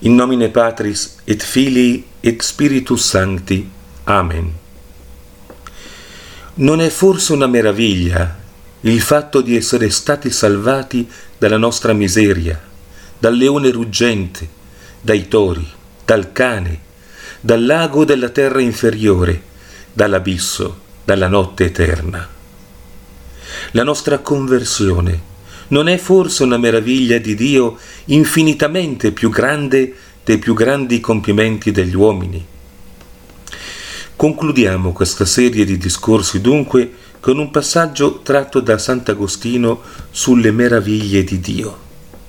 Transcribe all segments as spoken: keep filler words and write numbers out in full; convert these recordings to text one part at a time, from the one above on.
In nomine Patris et Filii et Spiritus Sancti. Amen. Non è forse una meraviglia il fatto di essere stati salvati dalla nostra miseria, dal leone ruggente, dai tori, dal cane, dal lago della terra inferiore, dall'abisso, dalla notte eterna? La nostra conversione non è forse una meraviglia di Dio infinitamente più grande dei più grandi compimenti degli uomini? Concludiamo questa serie di discorsi dunque con un passaggio tratto da Sant'Agostino sulle meraviglie di Dio.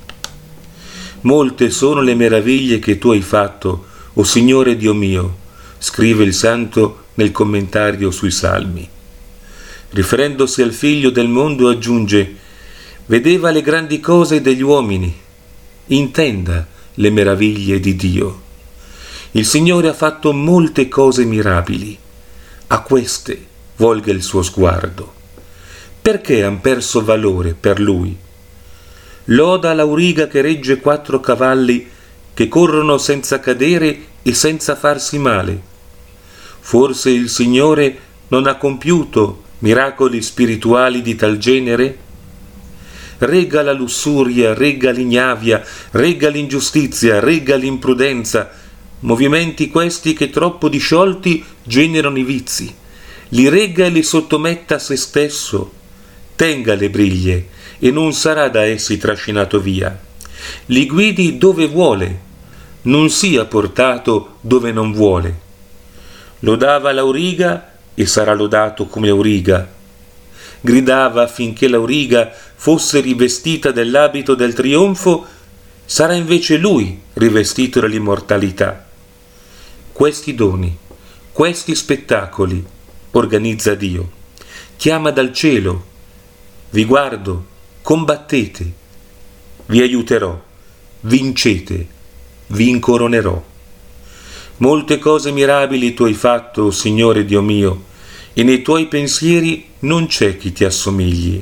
Molte sono le meraviglie che tu hai fatto, o Signore Dio mio, scrive il santo nel commentario sui Salmi. Riferendosi al Figlio del mondo aggiunge: vedeva le grandi cose degli uomini, intenda le meraviglie di Dio. Il Signore ha fatto molte cose mirabili, a queste volga il suo sguardo. Perché han perso valore per Lui? Loda l'auriga che regge quattro cavalli che corrono senza cadere e senza farsi male. Forse il Signore non ha compiuto miracoli spirituali di tal genere? Regga la lussuria, regga l'ignavia, regga l'ingiustizia, regga l'imprudenza, movimenti questi che troppo disciolti generano i vizi. Li regga e li sottometta a se stesso, tenga le briglie e non sarà da essi trascinato via. Li guidi dove vuole, non sia portato dove non vuole. Lodava l'auriga e sarà lodato come auriga. Gridava affinché l'auriga fosse rivestita dell'abito del trionfo, sarà invece lui rivestito dell'immortalità. Questi doni, questi spettacoli organizza Dio, chiama dal cielo: vi guardo, combattete, vi aiuterò, vincete, vi incoronerò. Molte cose mirabili tu hai fatto, o Signore Dio mio, e nei tuoi pensieri non c'è chi ti assomigli.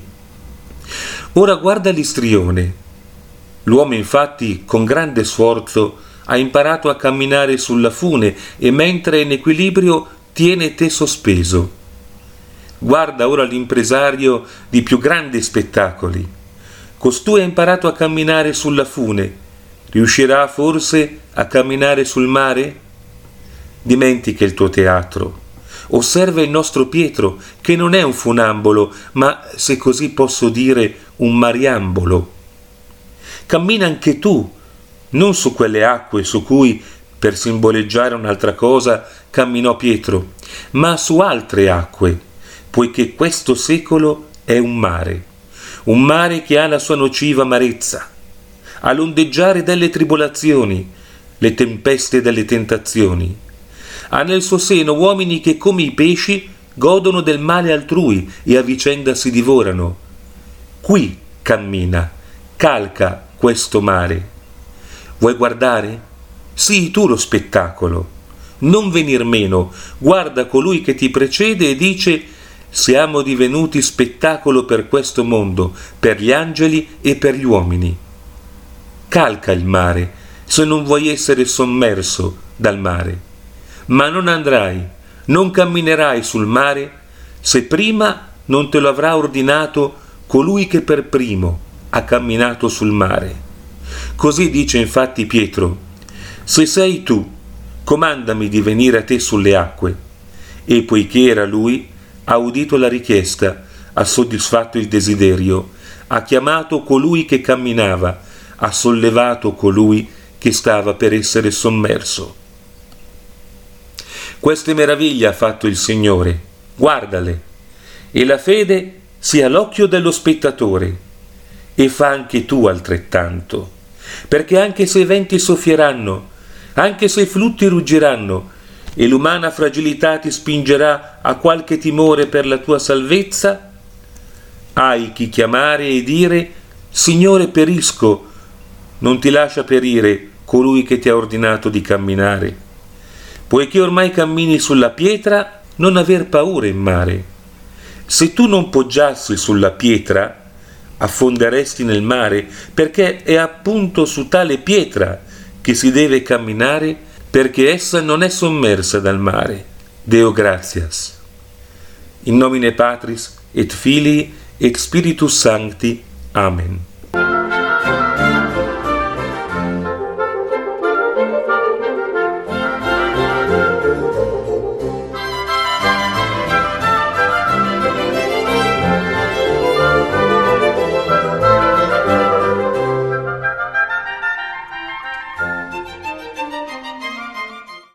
Ora guarda l'istrione. L'uomo infatti con grande sforzo ha imparato a camminare sulla fune e mentre è in equilibrio tiene te sospeso. Guarda ora l'impresario di più grandi spettacoli. Costui ha imparato a camminare sulla fune. Riuscirà forse a camminare sul mare? Dimentica il tuo teatro. Osserva il nostro Pietro, che non è un funambolo, ma, se così posso dire, un mariambolo. Cammina anche tu, non su quelle acque su cui, per simboleggiare un'altra cosa, camminò Pietro, ma su altre acque, poiché questo secolo è un mare, un mare che ha la sua nociva amarezza, ha l'ondeggiare delle tribolazioni, le tempeste delle tentazioni. Ha nel suo seno uomini che come i pesci godono del male altrui e a vicenda si divorano. Qui cammina, calca questo mare. Vuoi guardare? Sii tu lo spettacolo. Non venir meno, guarda colui che ti precede e dice: siamo divenuti spettacolo per questo mondo, per gli angeli e per gli uomini. Calca il mare, se non vuoi essere sommerso dal mare. Ma non andrai, non camminerai sul mare se prima non te lo avrà ordinato colui che per primo ha camminato sul mare. Così dice infatti Pietro: se sei tu, comandami di venire a te sulle acque. E poiché era lui, ha udito la richiesta, ha soddisfatto il desiderio, ha chiamato colui che camminava, ha sollevato colui che stava per essere sommerso. Queste meraviglie ha fatto il Signore, guardale, e la fede sia l'occhio dello spettatore, e fa anche tu altrettanto, perché anche se i venti soffieranno, anche se i flutti ruggiranno, e l'umana fragilità ti spingerà a qualche timore per la tua salvezza, hai chi chiamare e dire: Signore, perisco. Non ti lascia perire colui che ti ha ordinato di camminare. Poiché ormai cammini sulla pietra, non aver paura in mare. Se tu non poggiassi sulla pietra, affonderesti nel mare, perché è appunto su tale pietra che si deve camminare perché essa non è sommersa dal mare. Deo gratias. In nomine Patris et Filii et Spiritus Sancti. Amen.